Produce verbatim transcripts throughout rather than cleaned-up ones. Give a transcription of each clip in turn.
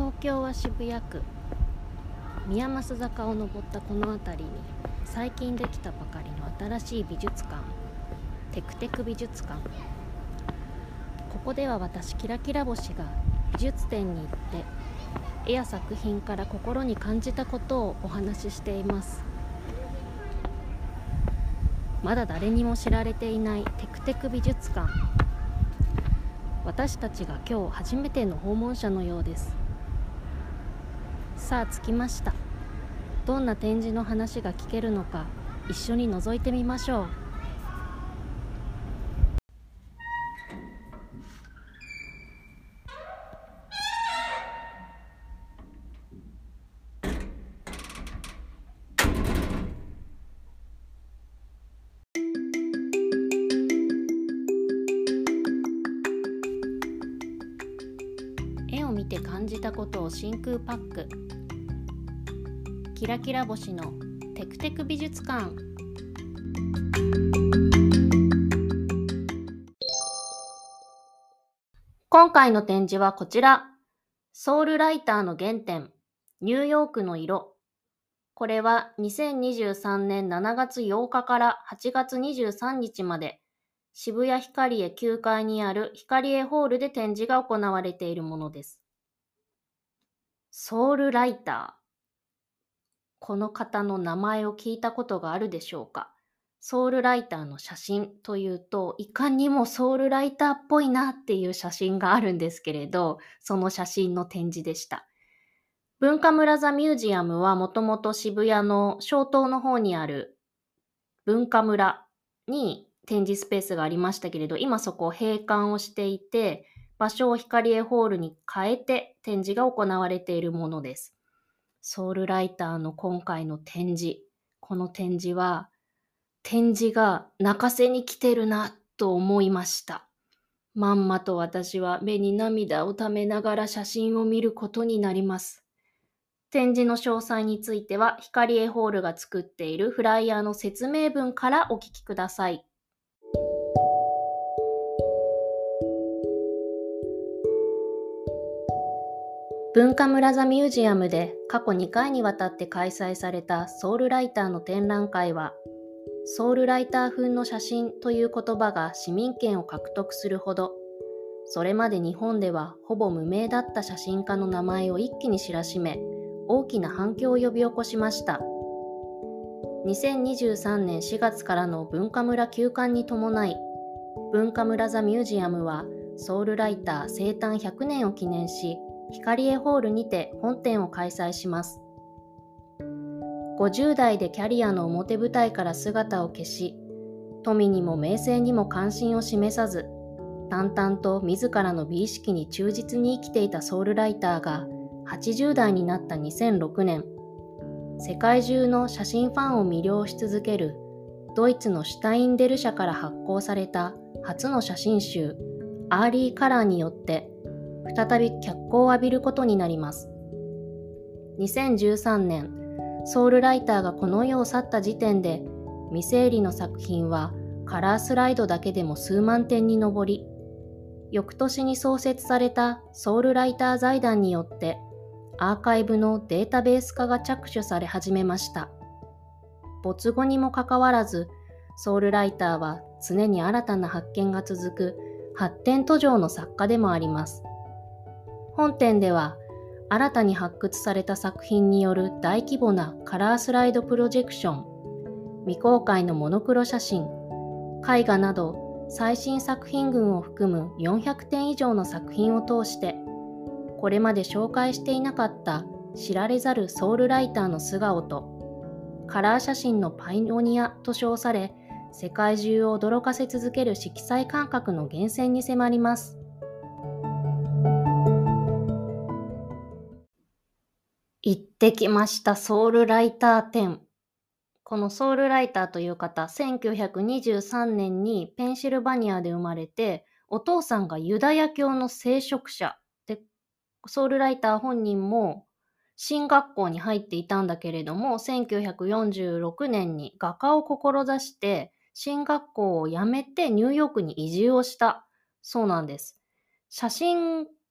東京は渋谷区宮益坂を登ったこの辺りに最近できたばかりの新しい美術館、テクテク美術館。ここでは私キラキラ星が美術展に行って絵や作品から心に感じたことをお話ししています。まだ誰にも知られていないテクテク美術館、私たちが今日初めての訪問者のようです。さあ着きました。どんな展示の話が聞けるのか一緒に覗いてみましょう。絵を見て感じたことを真空パック、キラキラ星のテクテク美術館。今回の展示はこちら、ソウルライターの原点、ニューヨークの色。これはにせんにじゅうさんねんしちがつようかからはちがつにじゅうさんにちまで渋谷ヒカリエきゅうかいにあるヒカリエホールで展示が行われているものです。ソウルライター。この方の名前を聞いたことがあるでしょうか。ソウルライターの写真というと、いかにもソウルライターっぽいなっていう写真があるんですけれど、その写真の展示でした。文化村ザミュージアムはもともと渋谷の松濤の方にある文化村に展示スペースがありましたけれど、今そこを閉館をしていて、場所をヒカリエホールに変えて展示が行われているものです。ソウルライターの今回の展示、この展示は展示が泣かせに来てるなと思いました。まんまと私は目に涙をためながら写真を見ることになります。展示の詳細についてはヒカリエホールが作っているフライヤーの説明文からお聞きください。文化村ザミュージアムで過去にかいにわたって開催されたソウルライターの展覧会は、ソウルライター風の写真という言葉が市民権を獲得するほど、それまで日本ではほぼ無名だった写真家の名前を一気に知らしめ、大きな反響を呼び起こしました。にせんにじゅうさんねんしがつからの文化村休館に伴い、文化村ザミュージアムはソウルライター生誕ひゃくねんを記念し、ヒカリエホールにて本展を開催します。ごじゅうだいでキャリアの表舞台から姿を消し、富にも名声にも関心を示さず、淡々と自らの美意識に忠実に生きていたソウルライターが、はちじゅうだいになったにせんろくねん、世界中の写真ファンを魅了し続けるドイツのシュタインデル社から発行された初の写真集、アーリーカラーによって、再び脚光を浴びることになります。にせんじゅうさんねん、ソウルライターがこの世を去った時点で、未整理の作品はカラースライドだけでも数万点に上り、翌年に創設されたソウルライター財団によってアーカイブのデータベース化が着手され始めました。没後にもかかわらず、ソウルライターは常に新たな発見が続く発展途上の作家でもあります。本展では、新たに発掘された作品による大規模なカラースライドプロジェクション、未公開のモノクロ写真、絵画など最新作品群を含むよんひゃくてん以上の作品を通して、これまで紹介していなかった知られざるソウルライターの素顔と、カラー写真のパイオニアと称され、世界中を驚かせ続ける色彩感覚の源泉に迫ります。行ってきました、ソウルライター展。このソウルライターという方、せんきゅうひゃくにじゅうさんねんにペンシルバニアで生まれて、お父さんがユダヤ教の聖職者で、ソウルライター本人も神学校に入っていたんだけれども、せんきゅうひゃくよんじゅうろくねんに画家を志して神学校を辞めてニューヨークに移住をしたそうなんです。写真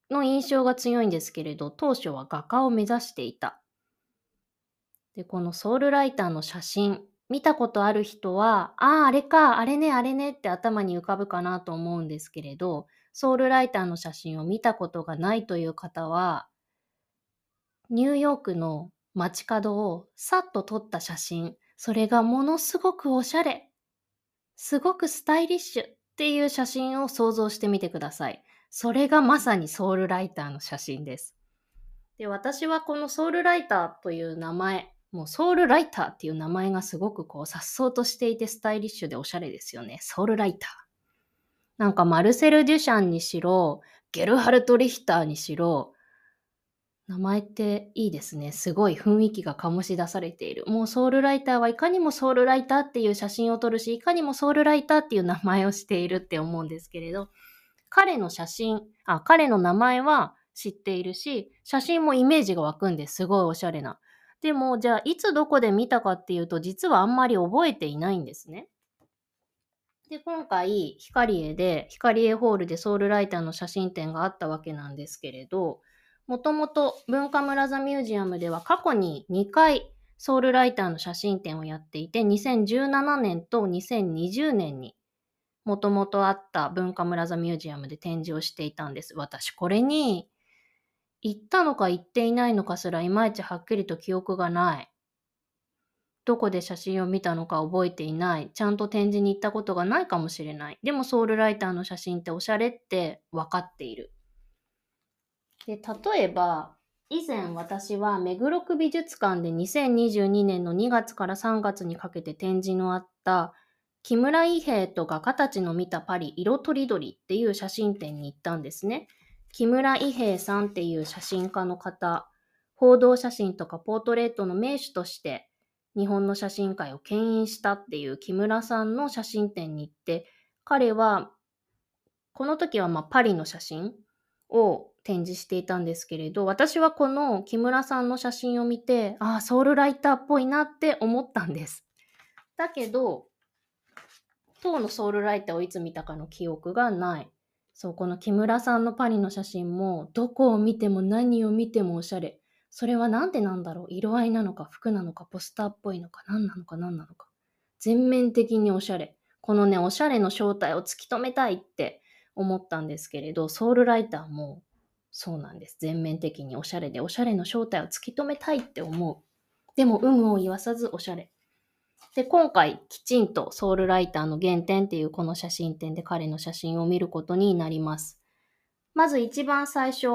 の印象が強いんですけれど、当初は画家を目指していた。で、このソウルライターの写真、見たことある人は、ああ、あれか、あれね、あれねって頭に浮かぶかなと思うんですけれど、ソウルライターの写真を見たことがないという方は、ニューヨークの街角をさっと撮った写真、それがものすごくおしゃれ、すごくスタイリッシュっていう写真を想像してみてください。それがまさにソウルライターの写真です。で、私はこのソウルライターという名前、もうソウルライターっていう名前がすごくこう颯爽としていてスタイリッシュでおしゃれですよね。ソウルライター。なんかマルセル・デュシャンにしろ、ゲルハルト・リヒターにしろ、名前っていいですね。すごい雰囲気が醸し出されている。もうソウルライターはいかにもソウルライターっていう写真を撮るし、いかにもソウルライターっていう名前をしているって思うんですけれど、彼の写真、あ、彼の名前は知っているし、写真もイメージが湧くんです。すごいおしゃれな。でも、じゃあ、いつどこで見たかっていうと、実はあんまり覚えていないんですね。で、今回、ヒカリエで、ヒカリエホールでソウルライターの写真展があったわけなんですけれど、もともと文化村座ミュージアムでは過去ににかいソウルライターの写真展をやっていて、にせんじゅうななねんとにせんにじゅうねんにもともとあった文化村座ミュージアムで展示をしていたんです。私、これに行ったのか行っていないのかすらいまいちはっきりと記憶がない。どこで写真を見たのか覚えていない。ちゃんと展示に行ったことがないかもしれない。でもソウルライターの写真っておしゃれって分かっている。で、例えば、以前私は目黒区美術館でにせんにじゅうにねんのにがつからさんがつにかけて展示のあった木村伊兵衛と画家たちの見たパリ色とりどりっていう写真展に行ったんですね。木村伊兵衛さんっていう写真家の方、報道写真とかポートレートの名手として日本の写真界を牽引したっていう木村さんの写真展に行って、彼はこの時はまあパリの写真を展示していたんですけれど、私はこの木村さんの写真を見て、ああ、ソウルライターっぽいなって思ったんです。だけど、当のソウルライターをいつ見たかの記憶がない。そう、この木村さんのパリの写真も、どこを見ても何を見てもおしゃれ。それはなんでなんだろう。色合いなのか、服なのか、ポスターっぽいのか、何なのか、何なのか。全面的におしゃれ。このね、おしゃれの正体を突き止めたいって思ったんですけれど、ソウルライターもそうなんです。全面的におしゃれで、おしゃれの正体を突き止めたいって思う。でも、有無を言わさずおしゃれ。で、今回きちんとソウルライターの原点っていうこの写真展で彼の写真を見ることになります。まず一番最初、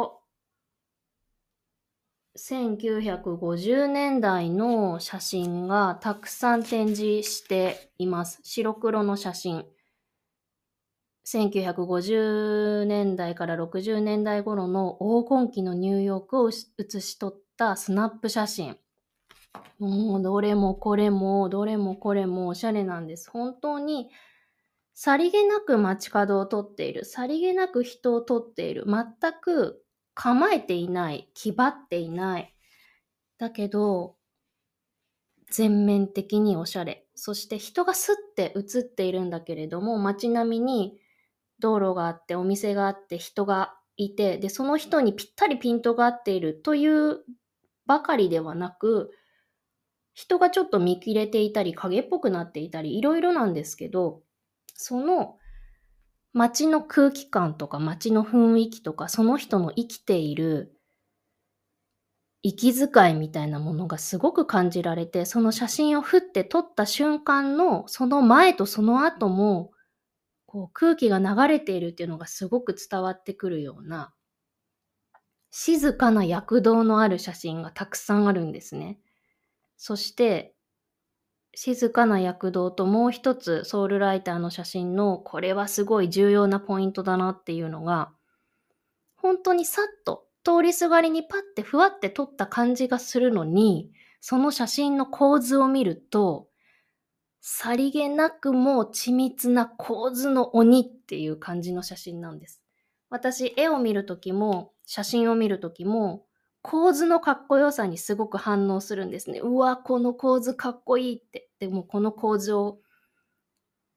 せんきゅうひゃくごじゅうねんだいの写真がたくさん展示しています。白黒の写真。せんきゅうひゃくごじゅうねんだいからろくじゅうねんだい頃の黄金期のニューヨークを写し取ったスナップ写真。もうどれもこれもどれもこれもおしゃれなんです。本当にさりげなく街角を撮っている。さりげなく人を撮っている。全く構えていない。気張っていない。だけど、全面的におしゃれ。そして人がスッて映っているんだけれども、街並みに道路があって、お店があって、人がいて、で、その人にぴったりピントが合っているというばかりではなく、人がちょっと見切れていたり、影っぽくなっていたり、いろいろなんですけど、その街の空気感とか街の雰囲気とか、その人の生きている息遣いみたいなものがすごく感じられて、その写真をふって撮った瞬間の、その前とその後も、こう空気が流れているっていうのがすごく伝わってくるような、静かな躍動のある写真がたくさんあるんですね。そして、静かな躍動ともう一つソウルライターの写真のこれはすごい重要なポイントだなっていうのが、本当にさっと通りすがりにパッてふわって撮った感じがするのに、その写真の構図を見ると、さりげなくも緻密な構図の鬼っていう感じの写真なんです。私、絵を見るときも、写真を見るときも、構図のかっこよさにすごく反応するんですね。うわ、この構図かっこいいって。でもこの構図を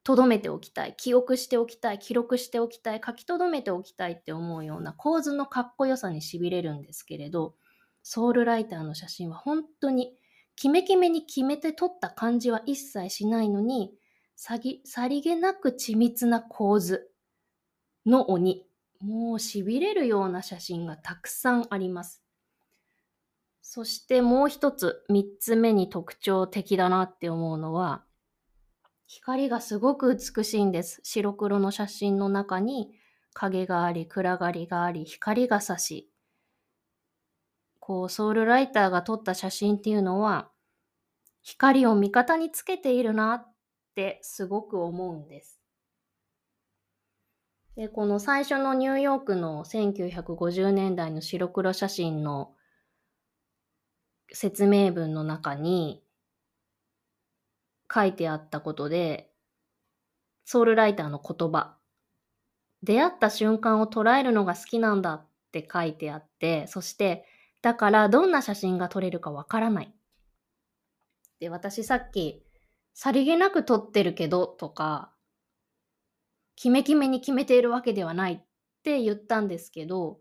留めておきたい、記憶しておきたい、記録しておきたい、書き留めておきたいって思うような構図のかっこよさにしびれるんですけれど、ソウルライターの写真は本当にキメキメに決めて撮った感じは一切しないのに、さぎさりげなく緻密な構図の鬼。もうしびれるような写真がたくさんあります。そしてもう一つ、三つ目に特徴的だなって思うのは、光がすごく美しいんです。白黒の写真の中に影があり、暗がりがあり、光が差し、こうソウルライターが撮った写真っていうのは、光を味方につけているなってすごく思うんです。で、この最初のニューヨークのせんきゅうひゃくごじゅうねんだいの白黒写真の説明文の中に書いてあったことで、ソウルライターの言葉、出会った瞬間を捉えるのが好きなんだって書いてあって、そして、だからどんな写真が撮れるかわからない。で、私さっき、さりげなく撮ってるけどとか、キメキメに決めているわけではないって言ったんですけど、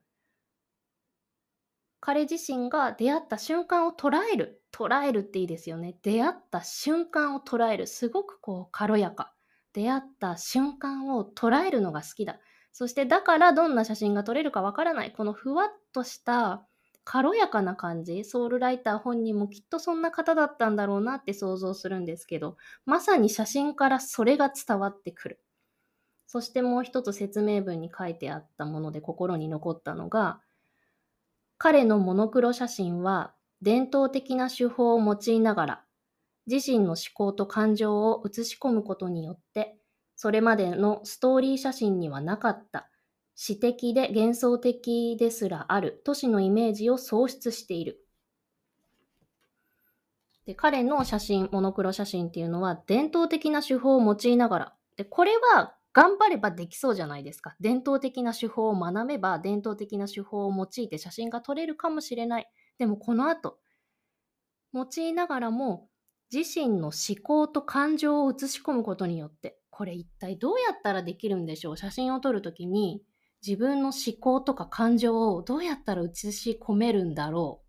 彼自身が出会った瞬間を捉える。捉えるっていいですよね。出会った瞬間を捉える。すごくこう軽やか。出会った瞬間を捉えるのが好きだ。そしてだからどんな写真が撮れるかわからない。このふわっとした軽やかな感じ。ソウルライター本人もきっとそんな方だったんだろうなって想像するんですけど、まさに写真からそれが伝わってくる。そしてもう一つ説明文に書いてあったもので心に残ったのが、彼のモノクロ写真は伝統的な手法を用いながら自身の思考と感情を写し込むことによってそれまでのストーリー写真にはなかった詩的で幻想的ですらある都市のイメージを創出している。で、彼の写真、モノクロ写真っていうのは伝統的な手法を用いながら、で、これは頑張ればできそうじゃないですか。伝統的な手法を学べば伝統的な手法を用いて写真が撮れるかもしれない。でもこの後、用いながらも自身の思考と感情を写し込むことによって、これ一体どうやったらできるんでしょう。写真を撮るときに自分の思考とか感情をどうやったら写し込めるんだろう。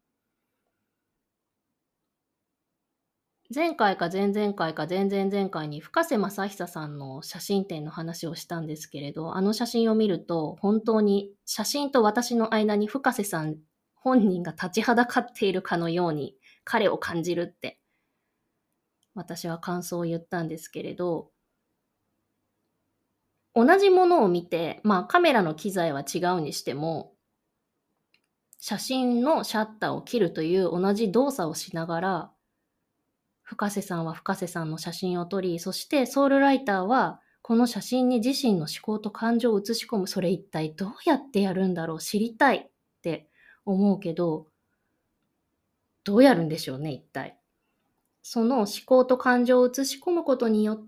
前回か前々回か前々前回に深瀬正久さんの写真展の話をしたんですけれど、あの写真を見ると本当に写真と私の間に深瀬さん本人が立ちはだかっているかのように彼を感じるって私は感想を言ったんですけれど、同じものを見て、まあカメラの機材は違うにしても、写真のシャッターを切るという同じ動作をしながら、深瀬さんは深瀬さんの写真を撮り、そしてソウルライターはこの写真に自身の思考と感情を写し込む。それ一体どうやってやるんだろう、知りたいって思うけど、どうやるんでしょうね、一体。その思考と感情を写し込むことによって、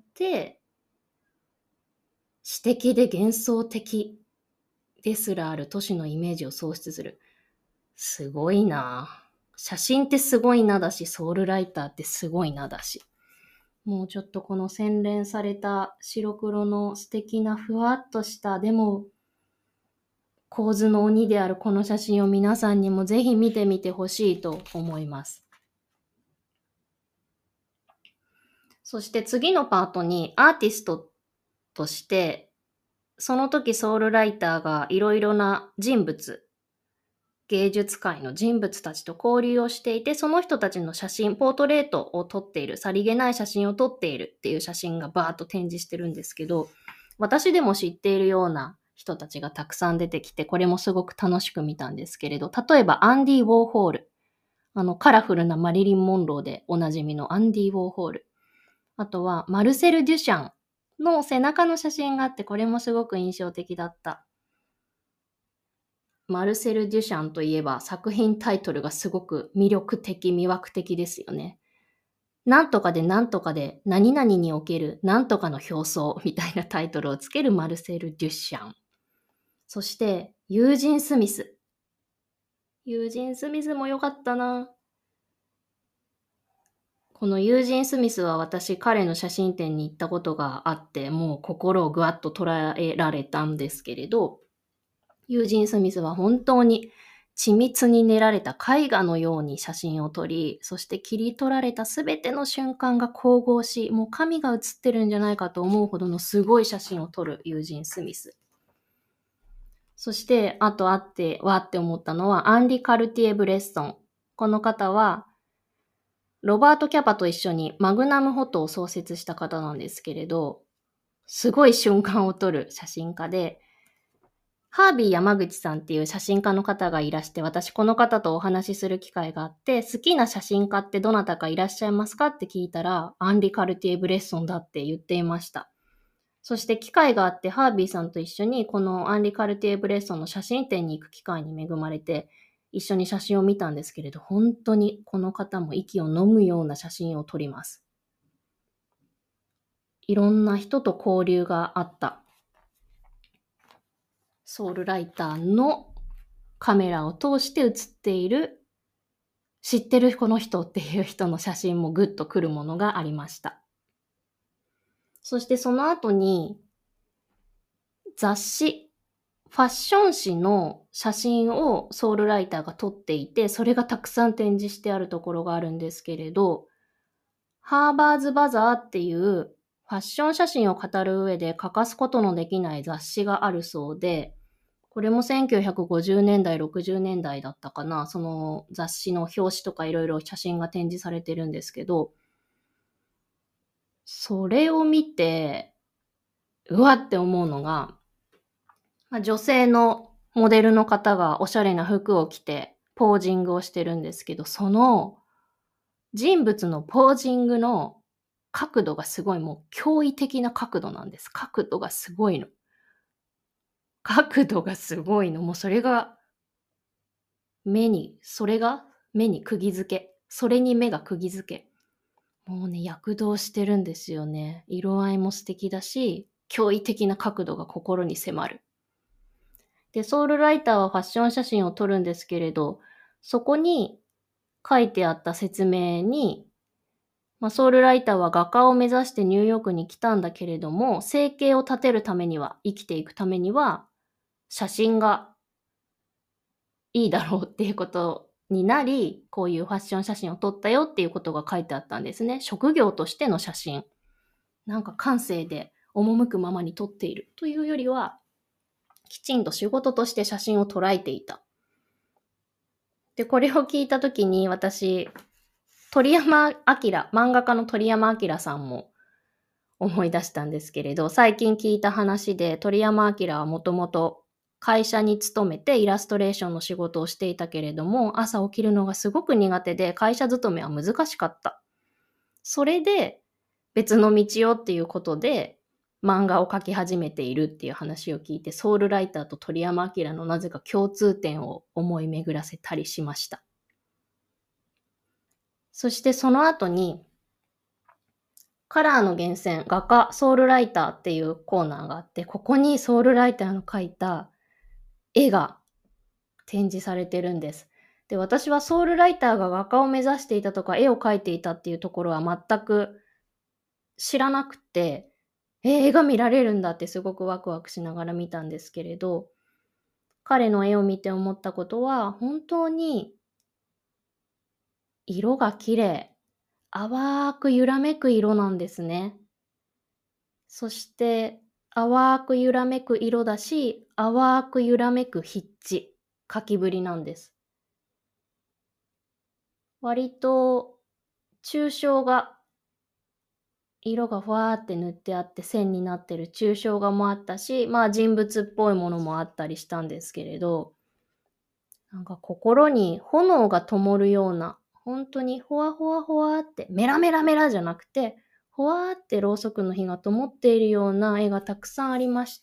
詩的で幻想的ですらある都市のイメージを創出する。すごいな。写真ってすごいなだし、ソウルライターってすごいなだし。もうちょっとこの洗練された白黒の素敵なふわっとしたでも構図の鬼であるこの写真を皆さんにもぜひ見てみてほしいと思います。そして次のパートにアーティストとしてその時ソウルライターがいろいろな人物、芸術界の人物たちと交流をしていて、その人たちの写真、ポートレートを撮っている、さりげない写真を撮っているっていう写真がバーッと展示してるんですけど、私でも知っているような人たちがたくさん出てきて、これもすごく楽しく見たんですけれど、例えばアンディ・ウォーホール、あのカラフルなマリリン・モンローでおなじみのアンディ・ウォーホール、あとはマルセル・デュシャンの背中の写真があって、これもすごく印象的だった。マルセル・デュシャンといえば作品タイトルがすごく魅力的、魅惑的ですよね。なんとかでなんとかで何々におけるなんとかの表層みたいなタイトルをつけるマルセル・デュシャン。そしてユージン・スミス。ユージン・スミスも良かったな。 このユージン・スミスは私、彼の写真展に行ったことがあって、もう心をぐわっと捉えられたんですけれど、ユージン・スミスは本当に緻密に練られた絵画のように写真を撮り、そして切り取られたすべての瞬間が神々しい、もう神が写ってるんじゃないかと思うほどのすごい写真を撮るユージン・スミス。そして、あとあって、わーって思ったのは、アンリ・カルティエ・ブレッソン。この方は、ロバート・キャパと一緒にマグナム・フォトを創設した方なんですけれど、すごい瞬間を撮る写真家で、ハービー山口さんっていう写真家の方がいらして、私この方とお話しする機会があって、好きな写真家ってどなたかいらっしゃいますかって聞いたら、アンリ・カルティエ・ブレッソンだって言っていました。そして機会があってハービーさんと一緒にこのアンリ・カルティエ・ブレッソンの写真展に行く機会に恵まれて、一緒に写真を見たんですけれど、本当にこの方も息を飲むような写真を撮ります。いろんな人と交流があったソウルライターのカメラを通して写っている、知ってるこの人っていう人の写真もグッとくるものがありました。そしてその後に雑誌、ファッション誌の写真をソウルライターが撮っていて、それがたくさん展示してあるところがあるんですけれど、ハーバーズバザーっていうファッション写真を語る上で欠かすことのできない雑誌があるそうで、これもせんきゅうひゃくごじゅうねんだい、ろくじゅうねんだいだったかな、その雑誌の表紙とかいろいろ写真が展示されてるんですけど、それを見て、うわって思うのが、女性のモデルの方がおしゃれな服を着てポージングをしてるんですけど、その人物のポージングの角度がすごい、もう驚異的な角度なんです。角度がすごいの。角度がすごいの。もうそれが目に、それが目に釘付け。それに目が釘付け。もうね、躍動してるんですよね。色合いも素敵だし、驚異的な角度が心に迫る。で、ソウルライターはファッション写真を撮るんですけれど、そこに書いてあった説明に、まあ、ソウルライターは画家を目指してニューヨークに来たんだけれども、生計を立てるためには、生きていくためには、写真がいいだろうっていうことになり、こういうファッション写真を撮ったよっていうことが書いてあったんですね。職業としての写真。なんか感性で赴くままに撮っているというよりは、きちんと仕事として写真を捉えていた。で、これを聞いたときに私、鳥山明、漫画家の鳥山明さんも思い出したんですけれど、最近聞いた話で鳥山明はもともと会社に勤めてイラストレーションの仕事をしていたけれども、朝起きるのがすごく苦手で会社勤めは難しかった。それで別の道をっていうことで漫画を描き始めているっていう話を聞いて、ソウルライターと鳥山明のなぜか共通点を思い巡らせたりしました。そしてその後にカラーの源泉、画家、ソウルライターっていうコーナーがあって、ここにソウルライターの描いた絵が展示されてるんです。で、私はソウルライターが画家を目指していたとか絵を描いていたっていうところは全く知らなくて、えー、絵が見られるんだってすごくワクワクしながら見たんですけれど、彼の絵を見て思ったことは、本当に色が綺麗、淡く揺らめく色なんですね。そして淡く揺らめく色だし、淡く揺らめく筆致、書きぶりなんです。割と抽象画、色がふわーって塗ってあって線になってる抽象画もあったし、まあ人物っぽいものもあったりしたんですけれど、なんか心に炎が灯るような、本当にほわほわほわってメラメラメラじゃなくて、ほわーってろうそくの火が灯っているような絵がたくさんありました。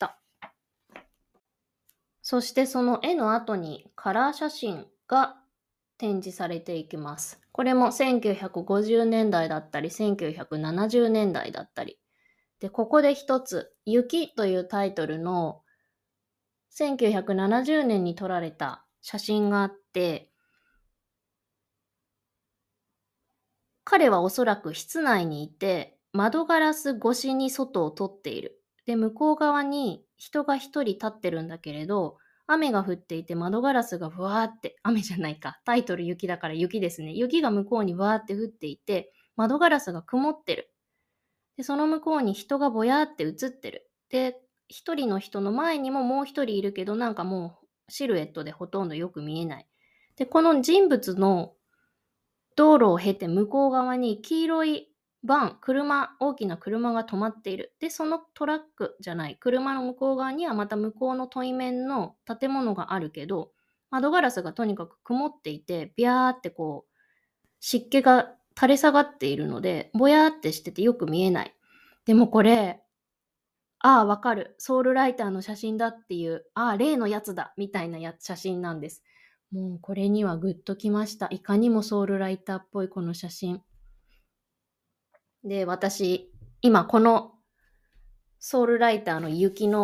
そしてその絵の後にカラー写真が展示されていきます。これもせんきゅうひゃくごじゅうねんだいだったりせんきゅうひゃくななじゅうねんだいだったり。で、ここで一つ、雪というタイトルのせんきゅうひゃくななじゅうねんに撮られた写真があって、 彼はおそらく室内にいて、窓ガラス越しに外を撮っている。で、向こう側に人が一人立ってるんだけれど、雨が降っていて窓ガラスがふわーって、雨じゃないか、タイトル雪だから雪ですね。雪が向こうにわーって降っていて、窓ガラスが曇ってる。で、その向こうに人がぼやーって映ってる。で、一人の人の前にももう一人いるけど、なんかもうシルエットでほとんどよく見えない。で、この人物の道路を経て向こう側に黄色いバン、車、大きな車が止まっている。で、そのトラックじゃない、車の向こう側にはまた向こうの対面の建物があるけど、窓ガラスがとにかく曇っていて、ビャーってこう、湿気が垂れ下がっているので、ぼやーってしててよく見えない。でもこれ、ああ、わかる。ソウルライターの写真だっていう、ああ、例のやつだ、みたいなや写真なんです。もうこれにはグッときました。いかにもソウルライターっぽいこの写真。で、私、今このソウルライターの雪の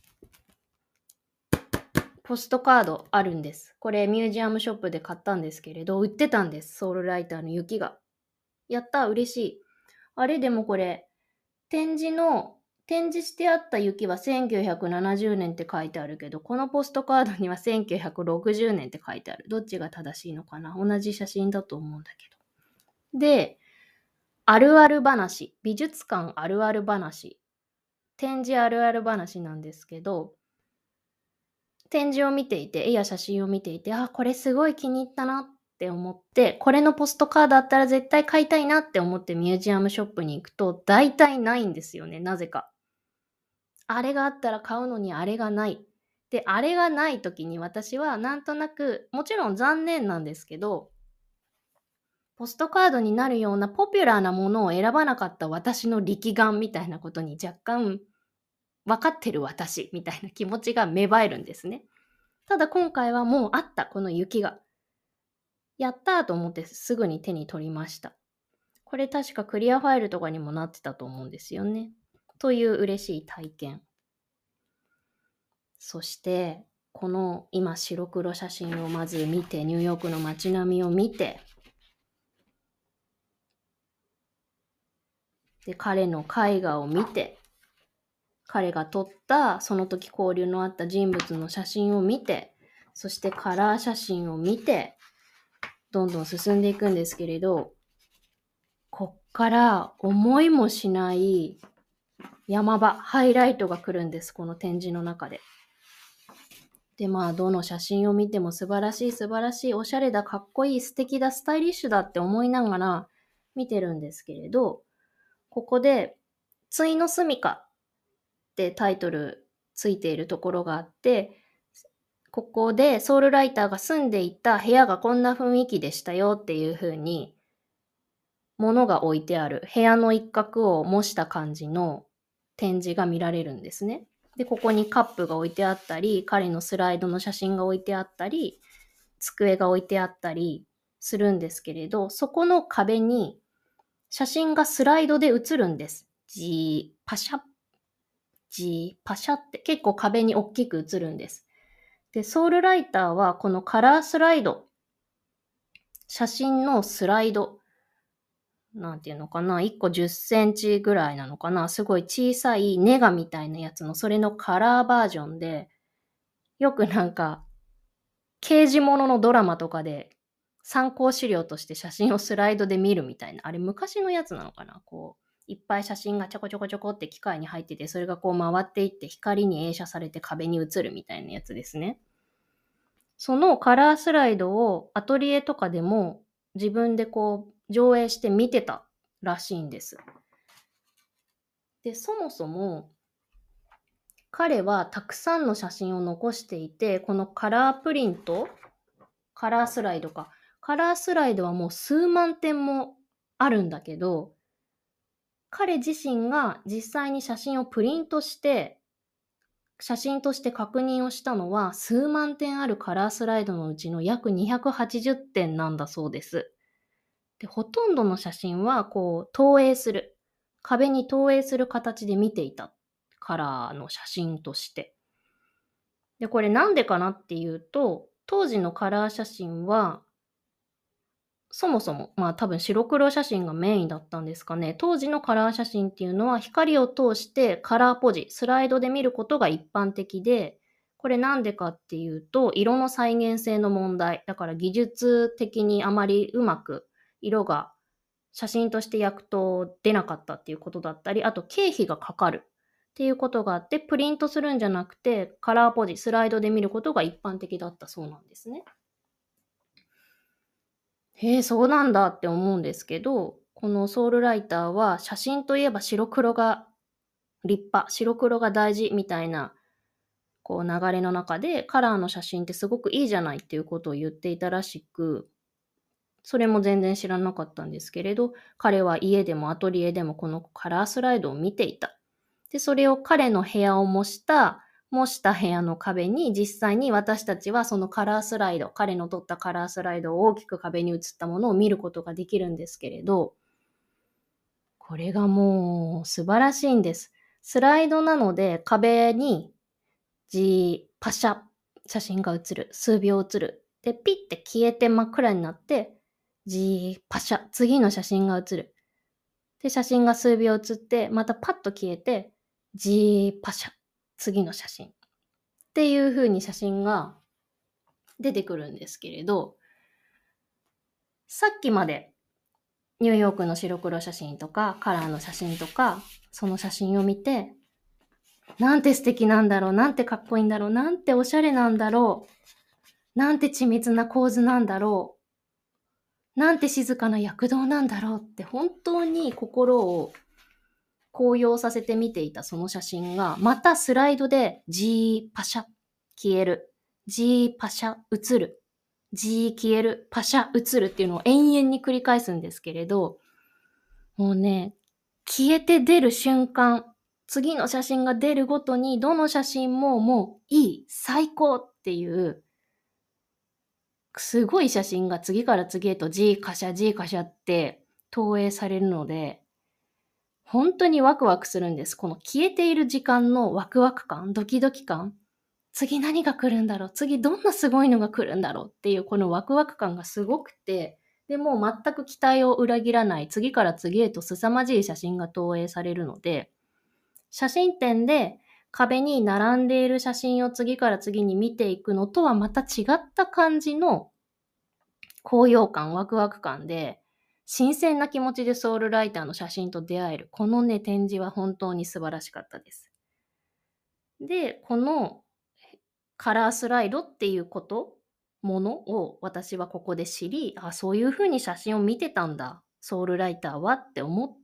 ポストカードあるんです。これミュージアムショップで買ったんですけれど、売ってたんです。ソウルライターの雪が。やった、嬉しい。あれ、でもこれ、展示の、展示してあった雪はせんきゅうひゃくななじゅうねんって書いてあるけど、このポストカードにはせんきゅうひゃくろくじゅうねんって書いてある。どっちが正しいのかな？同じ写真だと思うんだけど。で、あるある話、美術館あるある話、展示あるある話なんですけど、展示を見ていて、絵や写真を見ていて、あ、これすごい気に入ったなって思って、これのポストカードあったら絶対買いたいなって思ってミュージアムショップに行くと、大体ないんですよね、なぜか。あれがあったら買うのにあれがない。で、あれがない時に私はなんとなく、もちろん残念なんですけど、ポストカードになるようなポピュラーなものを選ばなかった私の力眼みたいなことに若干分かってる私みたいな気持ちが芽生えるんですね。ただ今回はもうあった、この雪が。やったーと思ってすぐに手に取りました。これ確かクリアファイルとかにもなってたと思うんですよね。という嬉しい体験。そして、この今白黒写真をまず見て、ニューヨークの街並みを見て、で、彼の絵画を見て、彼が撮ったその時交流のあった人物の写真を見て、そしてカラー写真を見て、どんどん進んでいくんですけれど、こっから思いもしない山場、ハイライトが来るんです、この展示の中で。で、まあ、どの写真を見ても素晴らしい、素晴らしい、おしゃれだ、かっこいい、素敵だ、スタイリッシュだって思いながら見てるんですけれど、ここで、対の住みかってタイトルついているところがあって、ここでソウルライターが住んでいた部屋がこんな雰囲気でしたよっていう風に、物が置いてある部屋の一角を模した感じの展示が見られるんですね。で、ここにカップが置いてあったり、彼のスライドの写真が置いてあったり、机が置いてあったりするんですけれど、そこの壁に写真がスライドで写るんです。じー、パシャッ、じー、パシャって結構壁に大きく写るんです。で、ソウルライターはこのカラースライド、写真のスライド、なんていうのかな、いっこじゅっセンチぐらいなのかな、すごい小さいネガみたいなやつの、それのカラーバージョンで、よくなんか、刑事物のドラマとかで、参考資料として写真をスライドで見るみたいな、あれ昔のやつなのかな、こう、いっぱい写真がちょこちょこちょこって機械に入ってて、それがこう回っていって光に映写されて壁に映るみたいなやつですね。そのカラースライドをアトリエとかでも自分でこう上映して見てたらしいんです。で、そもそも彼はたくさんの写真を残していて、このカラープリント、カラースライドか。カラースライドはもう数万点もあるんだけど、彼自身が実際に写真をプリントして、写真として確認をしたのは数万点あるカラースライドのうちの約にひゃくはちじゅってんなんだそうです。で、ほとんどの写真はこう投影する、壁に投影する形で見ていたカラーの写真として。で、これなんでかなっていうと、当時のカラー写真はそもそも、まあ多分白黒写真がメインだったんですかね。当時のカラー写真っていうのは光を通してカラーポジ、スライドで見ることが一般的で、これなんでかっていうと、色の再現性の問題。だから技術的にあまりうまく色が写真として焼くと出なかったっていうことだったり、あと経費がかかるっていうことがあって、プリントするんじゃなくて、カラーポジ、スライドで見ることが一般的だったそうなんですね。へえ、そうなんだって思うんですけど、このソウルライターは写真といえば白黒が立派、白黒が大事みたいなこう流れの中で、カラーの写真ってすごくいいじゃないっていうことを言っていたらしく、それも全然知らなかったんですけれど、彼は家でもアトリエでもこのカラースライドを見ていた。で、それを彼の部屋を模した模した部屋の壁に実際に私たちはそのカラースライド、彼の撮ったカラースライドを大きく壁に映ったものを見ることができるんですけれど、これがもう素晴らしいんです。スライドなので壁にじー、パシャ、写真が写る。数秒写る。で、ピッて消えて真っ暗になって、じー、パシャ、次の写真が写る。で、写真が数秒写って、またパッと消えて、じー、パシャ、次の写真。っていう風に写真が出てくるんですけれど、さっきまでニューヨークの白黒写真とかカラーの写真とか、その写真を見て、なんて素敵なんだろう、なんてかっこいいんだろう、なんておしゃれなんだろう、なんて緻密な構図なんだろう、なんて静かな躍動なんだろうって本当に心を高揚させて見ていたその写真が、またスライドでジーパシャ消える、ジーパシャ映る、ジー消える、パシャ映るっていうのを延々に繰り返すんですけれど、もうね、消えて出る瞬間、次の写真が出るごとに、どの写真ももういい、最高っていう、すごい写真が次から次へと G カシャ G カシャって投影されるので、本当にワクワクするんです。この消えている時間のワクワク感、ドキドキ感。次何が来るんだろう、次どんなすごいのが来るんだろうっていうこのワクワク感がすごくて、でもう全く期待を裏切らない、次から次へと凄まじい写真が投影されるので、写真展で壁に並んでいる写真を次から次に見ていくのとはまた違った感じの高揚感、ワクワク感で、新鮮な気持ちでソウルライターの写真と出会える。このね、展示は本当に素晴らしかったです。で、このカラースライドっていうこと、ものを私はここで知り、あ、そういう風に写真を見てたんだ、ソウルライターはって思って、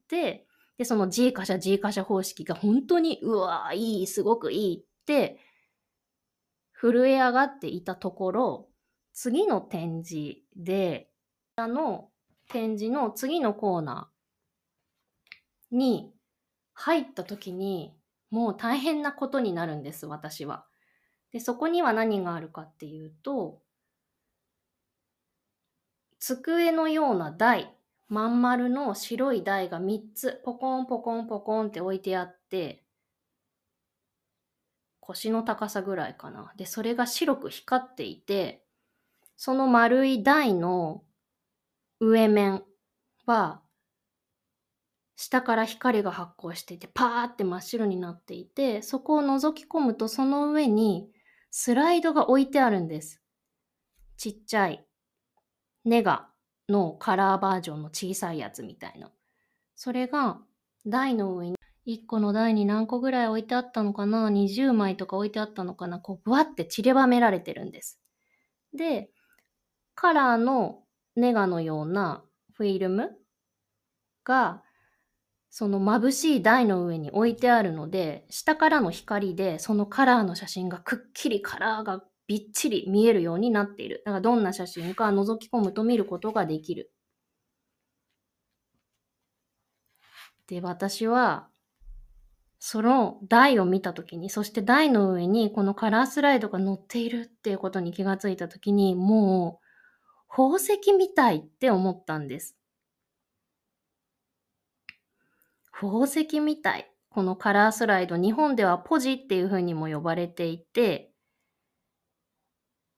で、その G カシャ G カシャ方式が本当に、うわ、いい、すごくいいって震え上がっていたところ、次の展示で、あの展示の次のコーナーに入った時に、もう大変なことになるんです、私は。で、そこには何があるかっていうと、机のような台、まん丸の白い台がみっつ、ポコンポコンポコンって置いてあって、腰の高さぐらいかな。で、それが白く光っていて、その丸い台の上面は、下から光が発光していて、パーって真っ白になっていて、そこを覗き込むとその上にスライドが置いてあるんです。ちっちゃいネガのカラーバージョンの小さいやつみたいな。それが台の上に、いっこの台に何個ぐらい置いてあったのかな、にじゅうまいとか置いてあったのかな、こう、ぶわって散りばめられてるんです。で、カラーのネガのようなフィルムが、その眩しい台の上に置いてあるので、下からの光でそのカラーの写真がくっきりカラーがびっちり見えるようになっている。だからどんな写真か覗き込むと見ることができる。で、私は、その台を見たときに、そして台の上にこのカラースライドが載っているっていうことに気がついたときに、もう宝石みたいって思ったんです。宝石みたい。このカラースライド、日本ではポジっていう風にも呼ばれていて、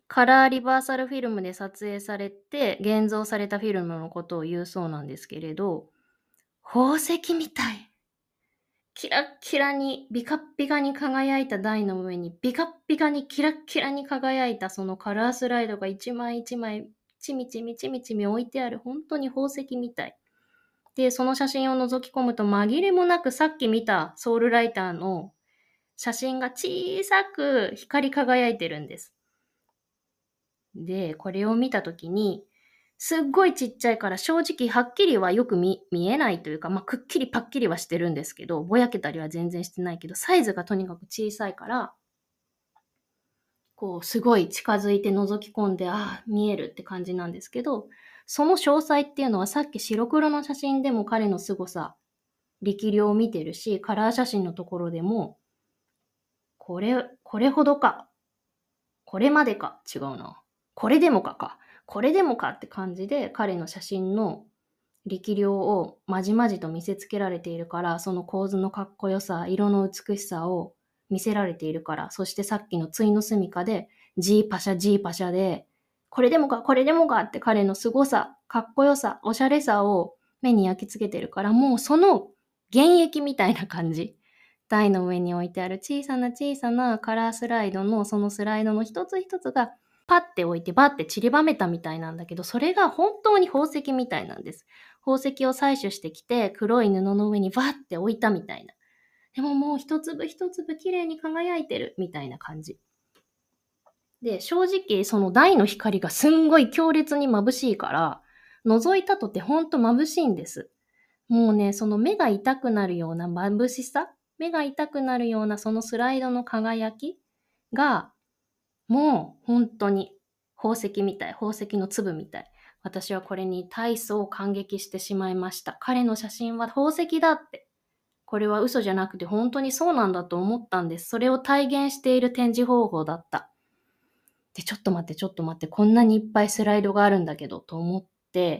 カラーリバーサルフィルムで撮影されて、現像されたフィルムのことを言うそうなんですけれど、宝石みたい。キラッキラに、ビカッビカに輝いた台の上に、ビカッビカにキラッキラに輝いたそのカラースライドが一枚一枚、ちみちみちみちみ置いてある、本当に宝石みたい。で、その写真を覗き込むと紛れもなくさっき見たソウルライターの写真が小さく光り輝いてるんです。で、これを見たときに、すっごいちっちゃいから正直はっきりはよく見見えないというか、まあ、くっきりパッキリはしてるんですけど、ぼやけたりは全然してないけど、サイズがとにかく小さいから、こうすごい近づいて覗き込んで、ああ、見えるって感じなんですけど、その詳細っていうのはさっき白黒の写真でも彼の凄さ、力量を見てるし、カラー写真のところでも、これ、これほどか、これまでか、違うな。これでもかか、これでもかって感じで彼の写真の力量をまじまじと見せつけられているから、その構図のかっこよさ、色の美しさを見せられているから、そしてさっきの対の住処で、ジーパシャジーパシャで、これでもか、これでもかって彼の凄さ、かっこよさ、おしゃれさを目に焼き付けてるから、もうその現役みたいな感じ。台の上に置いてある小さな小さなカラースライドのそのスライドの一つ一つがパッて置いてバッて散りばめたみたいなんだけど、それが本当に宝石みたいなんです。宝石を採取してきて黒い布の上にバッて置いたみたいな。でももう一粒一粒綺麗に輝いてるみたいな感じ。で、正直その台の光がすんごい強烈に眩しいから、覗いたとてほんと眩しいんです。もうね、その目が痛くなるような眩しさ、目が痛くなるようなそのスライドの輝きが、もう本当に宝石みたい、宝石の粒みたい。私はこれに大層感激してしまいました。彼の写真は宝石だって。これは嘘じゃなくて本当にそうなんだと思ったんです。それを体現している展示方法だった。で、ちょっと待って、ちょっと待って、こんなにいっぱいスライドがあるんだけど、と思って、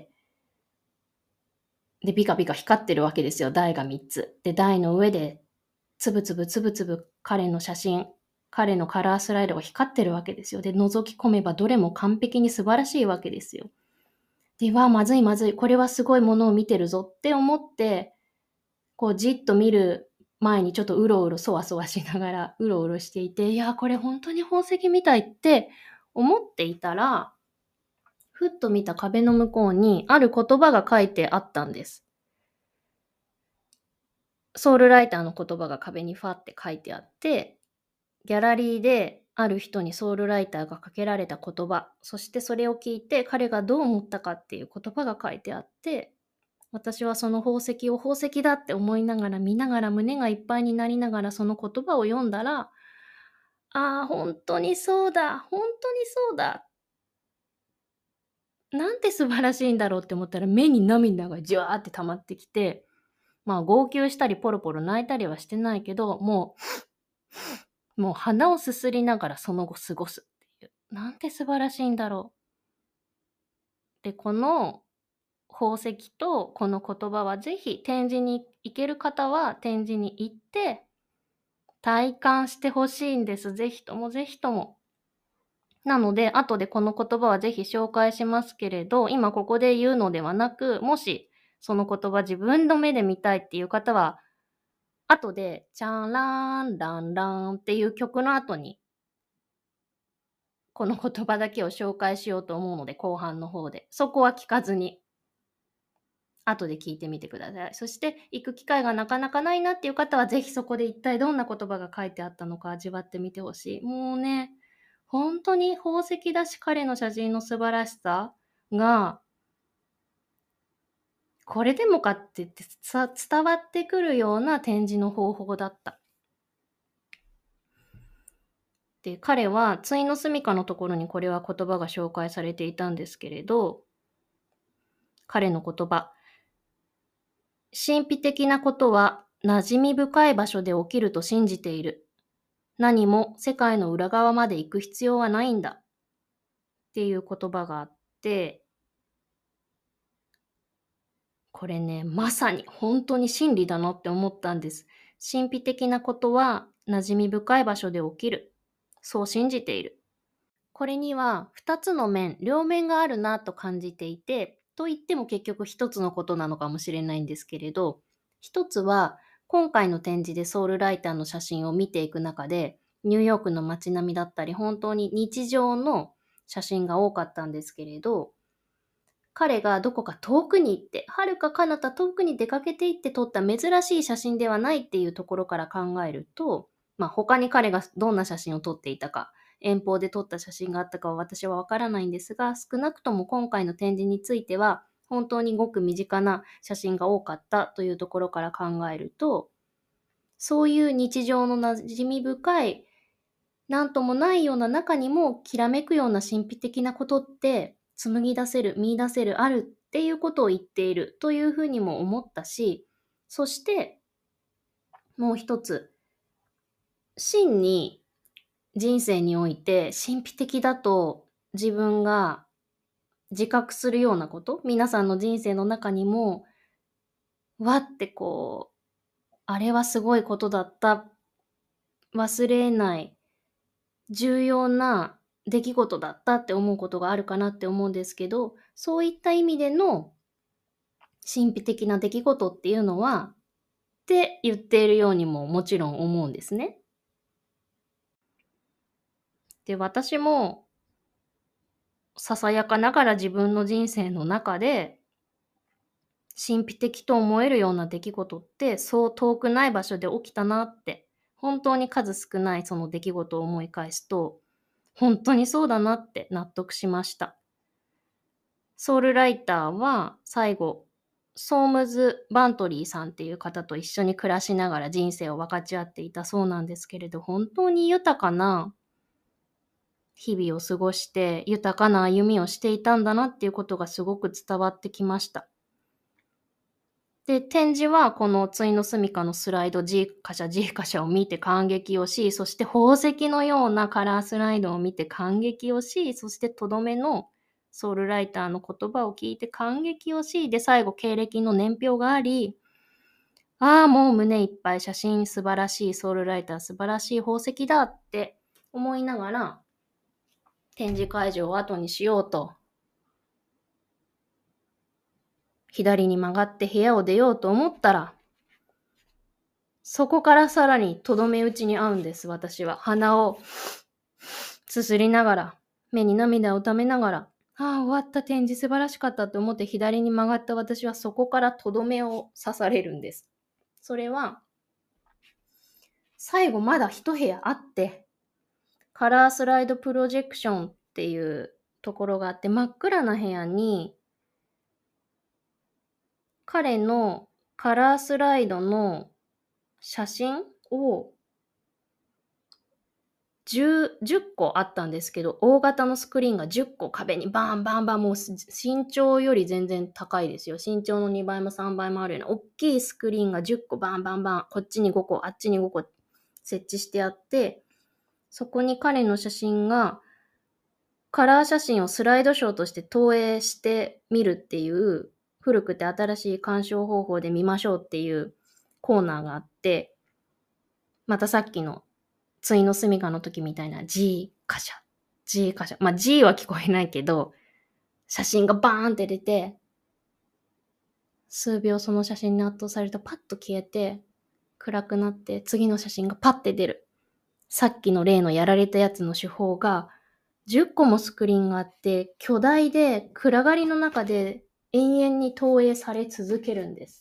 で、ビカビカ光ってるわけですよ、台がみっつ。で、台の上で、つぶつぶつぶつぶ彼の写真、彼のカラースライドが光ってるわけですよ。で、覗き込めばどれも完璧に素晴らしいわけですよ。で、わあ、まずいまずい、これはすごいものを見てるぞって思って、こうじっと見る前にちょっとうろうろそわそわしながらうろうろしていて、いや、これ本当に宝石みたいって思っていたら、ふっと見た壁の向こうにある言葉が書いてあったんです。ソウルライターの言葉が壁にファって書いてあって、ギャラリーである人にソウルライターがかけられた言葉、そしてそれを聞いて彼がどう思ったかっていう言葉が書いてあって、私はその宝石を宝石だって思いながら見ながら胸がいっぱいになりながらその言葉を読んだら、ああ、本当にそうだ、本当にそうだ。なんて素晴らしいんだろうって思ったら目に涙がじわーって溜まってきて、まあ号泣したりポロポロ泣いたりはしてないけど、もう、もう鼻をすすりながらその後過ごすっていう。なんて素晴らしいんだろう。で、この宝石とこの言葉はぜひ展示に行ける方は展示に行って体感してほしいんです。ぜひともぜひとも。なので、後でこの言葉はぜひ紹介しますけれど、今ここで言うのではなく、もしその言葉自分の目で見たいっていう方は、後で、チャンラーン、ランランっていう曲の後に、この言葉だけを紹介しようと思うので、後半の方で。そこは聞かずに、後で聞いてみてください。そして、行く機会がなかなかないなっていう方は、ぜひそこで一体どんな言葉が書いてあったのか味わってみてほしい。もうね、本当に宝石だし彼の写真の素晴らしさが、これでもかって言ってさ伝わってくるような展示の方法だった。で、彼は、対の住処のところにこれは言葉が紹介されていたんですけれど、彼の言葉。神秘的なことは馴染み深い場所で起きると信じている。何も世界の裏側まで行く必要はないんだ。っていう言葉があって、これね、まさに本当に真理だなって思ったんです。神秘的なことは馴染み深い場所で起きる。そう信じている。 これにはふたつの面、両面があるなと感じていて、と言っても結局ひとつのことなのかもしれないんですけれど、ひとつは今回の展示でソウルライターの写真を見ていく中で、ニューヨークの街並みだったり、本当に日常の写真が多かったんですけれど、彼がどこか遠くに行って、遥か彼方遠くに出かけて行って撮った珍しい写真ではないっていうところから考えると、まあ他に彼がどんな写真を撮っていたか、遠方で撮った写真があったかは私はわからないんですが、少なくとも今回の展示については、本当にごく身近な写真が多かったというところから考えると、そういう日常の馴染み深い、なんともないような中にもきらめくような神秘的なことって紡ぎ出せる、見出せる、あるっていうことを言っているというふうにも思ったし、そしてもう一つ、真に人生において神秘的だと自分が自覚するようなこと、皆さんの人生の中にも、わってこう、あれはすごいことだった、忘れない重要な出来事だったって思うことがあるかなって思うんですけど、そういった意味での神秘的な出来事っていうのは、って言っているようにももちろん思うんですね。で、私もささやかながら自分の人生の中で神秘的と思えるような出来事ってそう遠くない場所で起きたなって、本当に数少ないその出来事を思い返すと、本当にそうだなって納得しました。ソウルライターは最後、ソームズ・バントリーさんっていう方と一緒に暮らしながら人生を分かち合っていたそうなんですけれど、本当に豊かな日々を過ごして、豊かな歩みをしていたんだなっていうことがすごく伝わってきました。で、展示はこの対の住処のスライド G 箇所 G 箇所を見て感激をし、そして宝石のようなカラースライドを見て感激をし、そしてとどめのソウルライターの言葉を聞いて感激をし、で、最後経歴の年表があり、ああ、もう胸いっぱい写真素晴らしい、ソウルライター素晴らしい宝石だって思いながら、展示会場を後にしようと、左に曲がって部屋を出ようと思ったら、そこからさらにとどめ打ちに合うんです、私は。鼻をすすりながら、目に涙をためながら、ああ、終わった展示素晴らしかったと思って左に曲がった私はそこからとどめを刺されるんです。それは、最後まだ一部屋あって、カラースライドプロジェクションっていうところがあって、真っ暗な部屋に、彼のカラースライドの写真をじゅう、じゅっこあったんですけど、大型のスクリーンがじゅっこ壁にバンバンバン、もう身長より全然高いですよ。身長のにばいもさんばいもあるような大きいスクリーンがじゅっこバンバンバン、こっちにごこ、あっちにごこ設置してあって、そこに彼の写真が、カラー写真をスライドショーとして投影してみるっていう、古くて新しい鑑賞方法で見ましょうっていうコーナーがあって、またさっきの対の住処の時みたいな G 箇所、G 箇所。まあ G は聞こえないけど、写真がバーンって出て、数秒その写真に圧倒されるとパッと消えて、暗くなって次の写真がパッて出る。さっきの例のやられたやつの手法が、じゅっこもスクリーンがあって、巨大で暗がりの中で延々に投影され続けるんです。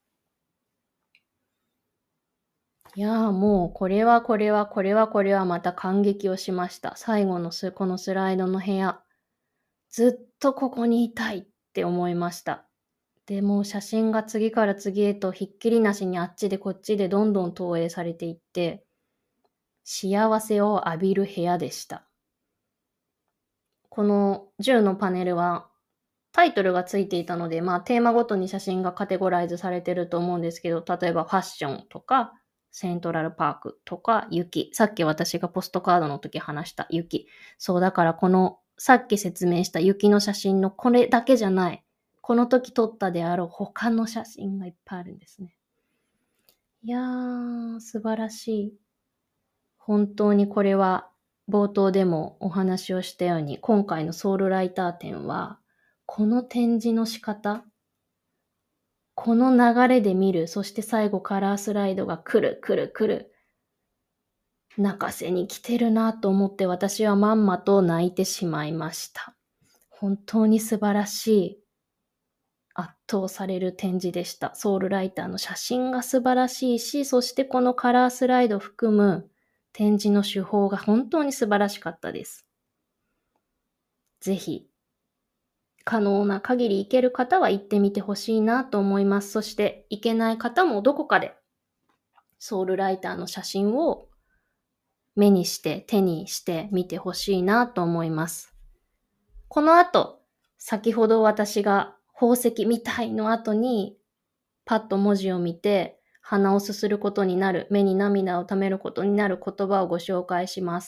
いやーもうこれはこれはこれはこれはまた感激をしました。最後のすこのスライドの部屋。ずっとここにいたいって思いました。でもう写真が次から次へとひっきりなしにあっちでこっちでどんどん投影されていって、幸せを浴びる部屋でした。このじゅうのパネルはタイトルがついていたので、まあテーマごとに写真がカテゴライズされてると思うんですけど、例えばファッションとか、セントラルパークとか雪。さっき私がポストカードの時話した雪。そうだからこのさっき説明した雪の写真のこれだけじゃない。この時撮ったであろう他の写真がいっぱいあるんですね。いやー、素晴らしい。本当にこれは冒頭でもお話をしたように、今回のソウルライター展は、この展示の仕方、この流れで見る、そして最後カラースライドが来る来る来る。泣かせに来てるなと思って私はまんまと泣いてしまいました。本当に素晴らしい、圧倒される展示でした。ソウルライターの写真が素晴らしいし、そしてこのカラースライドを含む展示の手法が本当に素晴らしかったです。ぜひ、可能な限り行ける方は行ってみてほしいなと思います。そして行けない方もどこかでソウルライターの写真を目にして手にして見てほしいなと思います。この後、先ほど私が宝石みたいの後にパッと文字を見て鼻をすすることになる、目に涙をためることになる言葉をご紹介します。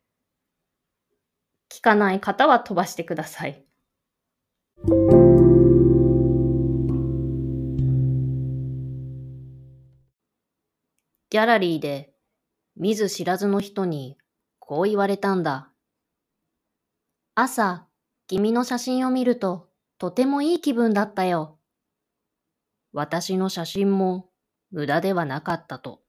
聞かない方は飛ばしてください。ギャラリーで見ず知らずの人にこう言われたんだ。朝、君の写真を見るととてもいい気分だったよ。私の写真も無駄ではなかったと。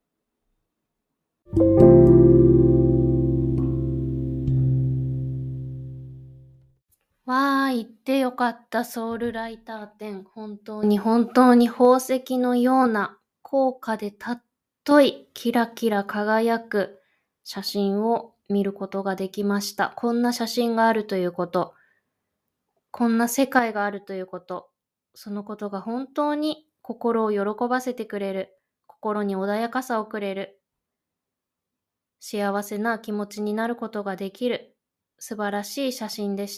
わー、行ってよかったソウルライター展。本当に本当に宝石のような高価でたっといキラキラ輝く写真を見ることができました。こんな写真があるということ、こんな世界があるということ、そのことが本当に心を喜ばせてくれる、心に穏やかさをくれる、幸せな気持ちになることができる素晴らしい写真でした。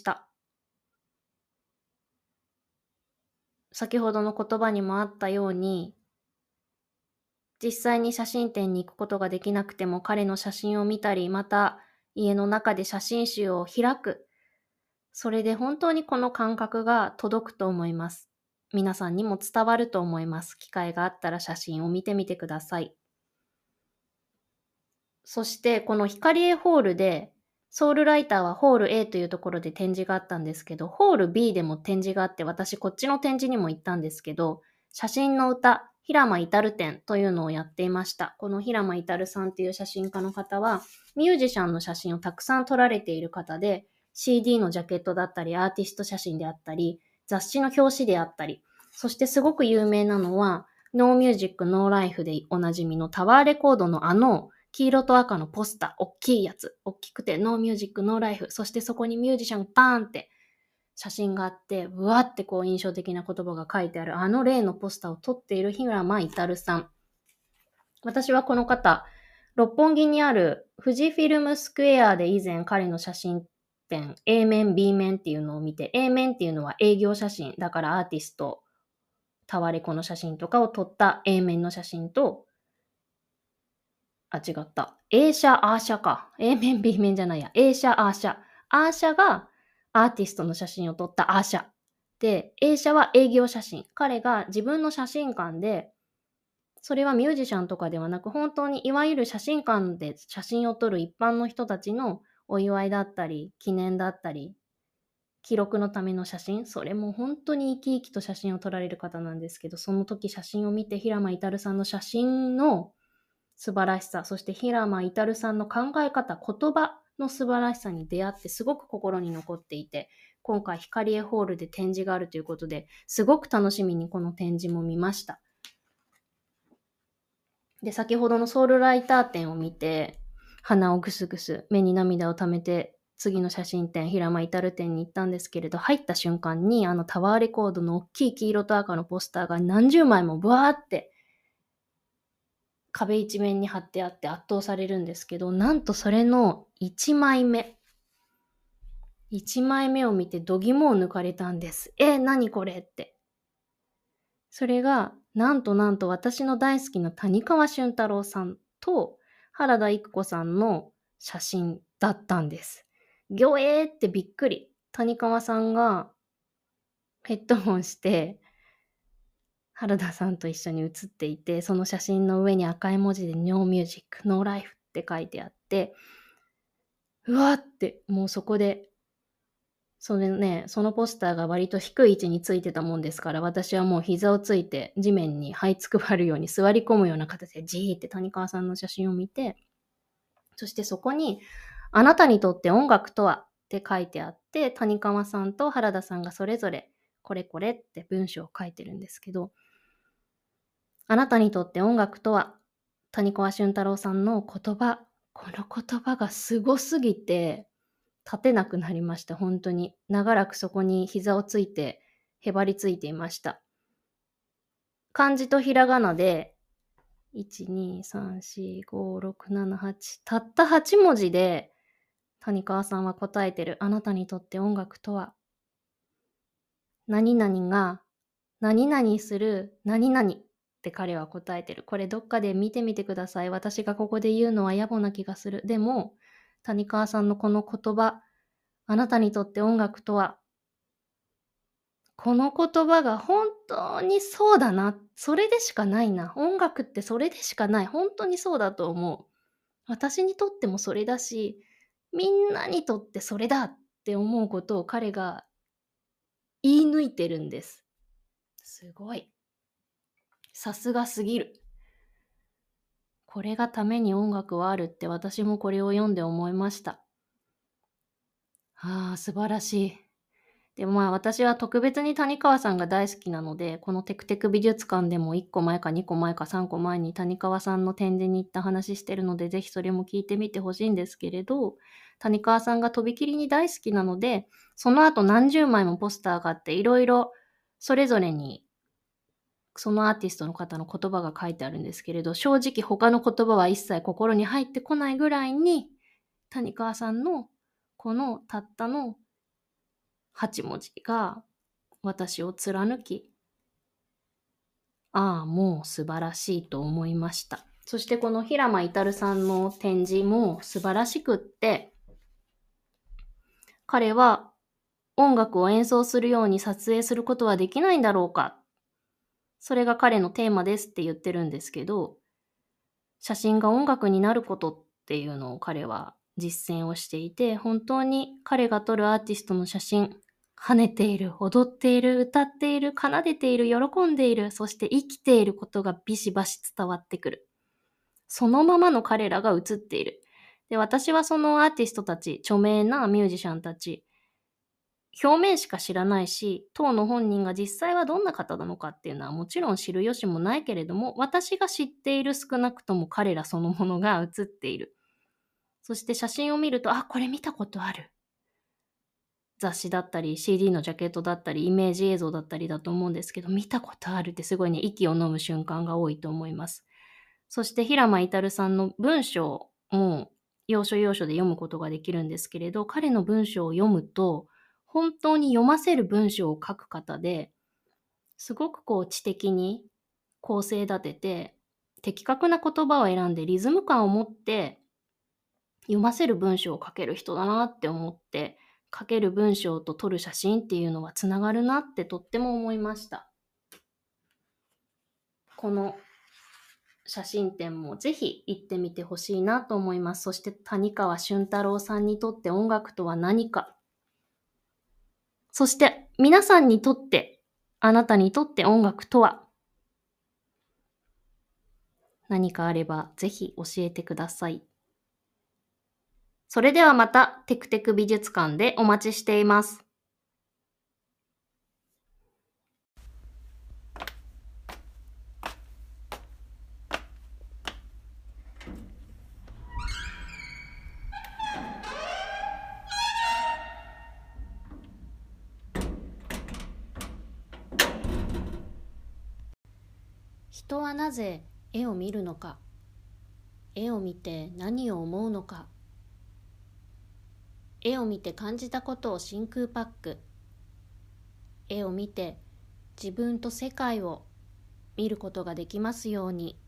先ほどの言葉にもあったように、実際に写真展に行くことができなくても彼の写真を見たり、また家の中で写真集を開く。それで本当にこの感覚が届くと思います。皆さんにも伝わると思います。機会があったら写真を見てみてください。そしてこの光栄ホールで、ソウルライターはホール A というところで展示があったんですけど、ホール B でも展示があって、私こっちの展示にも行ったんですけど、写真の歌、平間至展というのをやっていました。この平間至さんという写真家の方は、ミュージシャンの写真をたくさん撮られている方で、シーディー のジャケットだったり、アーティスト写真であったり、雑誌の表紙であったり、そしてすごく有名なのは、ノーミュージックノーライフでおなじみのタワーレコードのあの黄色と赤のポスター、大きいやつ、大きくてノーミュージックノーライフ、そしてそこにミュージシャンがバーンって写真があって、うわってこう印象的な言葉が書いてあるあの例のポスターを撮っている平間至さん。私はこの方、六本木にある富士フィルムスクエアで以前彼の写真展 A 面 B 面っていうのを見て、 A 面っていうのは営業写真だからアーティストタワレコの写真とかを撮った A 面の写真と、あ、違った。A 社、アー社か。A 面、B 面じゃないや。A 社、アー社。アー社がアーティストの写真を撮ったアー社。で、A 社は営業写真。彼が自分の写真館で、それはミュージシャンとかではなく、本当にいわゆる写真館で写真を撮る一般の人たちのお祝いだったり、記念だったり、記録のための写真、それも本当に生き生きと写真を撮られる方なんですけど、その時写真を見て平間至さんの写真の素晴らしさ、そして平間至さんの考え方、言葉の素晴らしさに出会ってすごく心に残っていて、今回光栄ホールで展示があるということで、すごく楽しみにこの展示も見ました。で、先ほどのソウルライター展を見て、鼻をぐすぐす、目に涙をためて、次の写真展、平間至展に行ったんですけれど、入った瞬間にあのタワーレコードの大きい黄色と赤のポスターが何十枚もブワーって壁一面に貼ってあって圧倒されるんですけど、なんとそれのいちまいめ。いちまいめを見て度肝を抜かれたんです。え、何これって。それが、なんとなんと私の大好きな谷川俊太郎さんと原田育子さんの写真だったんです。ぎょえーってびっくり。谷川さんがヘッドホンして、原田さんと一緒に写っていて、その写真の上に赤い文字で No Music, No Life って書いてあって、 うわって、もうそこで、それね、そのポスターが割と低い位置についてたもんですから、私はもう膝をついて地面に這いつくばるように座り込むような形でじーって谷川さんの写真を見て、そしてそこに、あなたにとって音楽とはって書いてあって、谷川さんと原田さんがそれぞれ、これこれって文章を書いてるんですけど、あなたにとって音楽とは、谷川俊太郎さんの言葉、この言葉がすごすぎて、立てなくなりました、本当に。長らくそこに膝をついて、へばりついていました。漢字とひらがなで、いち、に、さん、し、ご、ろく、なな、はち、たったはち文字で、谷川さんは答えてる。あなたにとって音楽とは、何々が、何々する、何々って彼は答えてる。これどっかで見てみてください。私がここで言うのは野暮な気がする。でも、谷川さんのこの言葉、あなたにとって音楽とは、この言葉が本当にそうだな。それでしかないな。音楽ってそれでしかない。本当にそうだと思う。私にとってもそれだし、みんなにとってそれだって思うことを彼が言い抜いてるんです。すごい。さすがすぎる。これがために音楽はあるって私もこれを読んで思いました。ああ、素晴らしい。でもまあ私は特別に谷川さんが大好きなので、このテクテク美術館でもいっこまえかにこまえかさんこまえに谷川さんの展示に行った話してるので、ぜひそれも聞いてみてほしいんですけれど、谷川さんがとびきりに大好きなので、その後何十枚もポスターがあって、いろいろそれぞれにそのアーティストの方の言葉が書いてあるんですけれど、正直他の言葉は一切心に入ってこないぐらいに、谷川さんのこのたったのはち文字が私を貫き、ああ、もう素晴らしいと思いました。そしてこの平間至さんの展示も素晴らしくって、彼は音楽を演奏するように撮影することはできないんだろうか。それが彼のテーマですって言ってるんですけど、写真が音楽になることっていうのを彼は実践をしていて、本当に彼が撮るアーティストの写真、跳ねている、踊っている、歌っている、奏でている、喜んでいる、そして生きていることがビシバシ伝わってくる。そのままの彼らが映っている。で、私はそのアーティストたち、著名なミュージシャンたち、表面しか知らないし、当の本人が実際はどんな方なのかっていうのはもちろん知る由もないけれども、私が知っている少なくとも彼らそのものが写っている。そして写真を見ると、あ、これ見たことある。雑誌だったり シーディー のジャケットだったりイメージ映像だったりだと思うんですけど、見たことあるってすごいね、息を飲む瞬間が多いと思います。そして平間至さんの文章も要所要所で読むことができるんですけれど、彼の文章を読むと本当に読ませる文章を書く方で、すごくこう知的に構成立てて的確な言葉を選んでリズム感を持って読ませる文章を書ける人だなって思って、書ける文章と撮る写真っていうのはつながるなってとっても思いました。この写真展もぜひ行ってみてほしいなと思います。そして谷川俊太郎さんにとって音楽とは何か。そして皆さんにとって、あなたにとって音楽とは何かあればぜひ教えてください。それではまたテクテク美術館でお待ちしています。人はなぜ絵を見るのか、絵を見て何を思うのか、絵を見て感じたことを真空パック、絵を見て自分と世界を見ることができますように。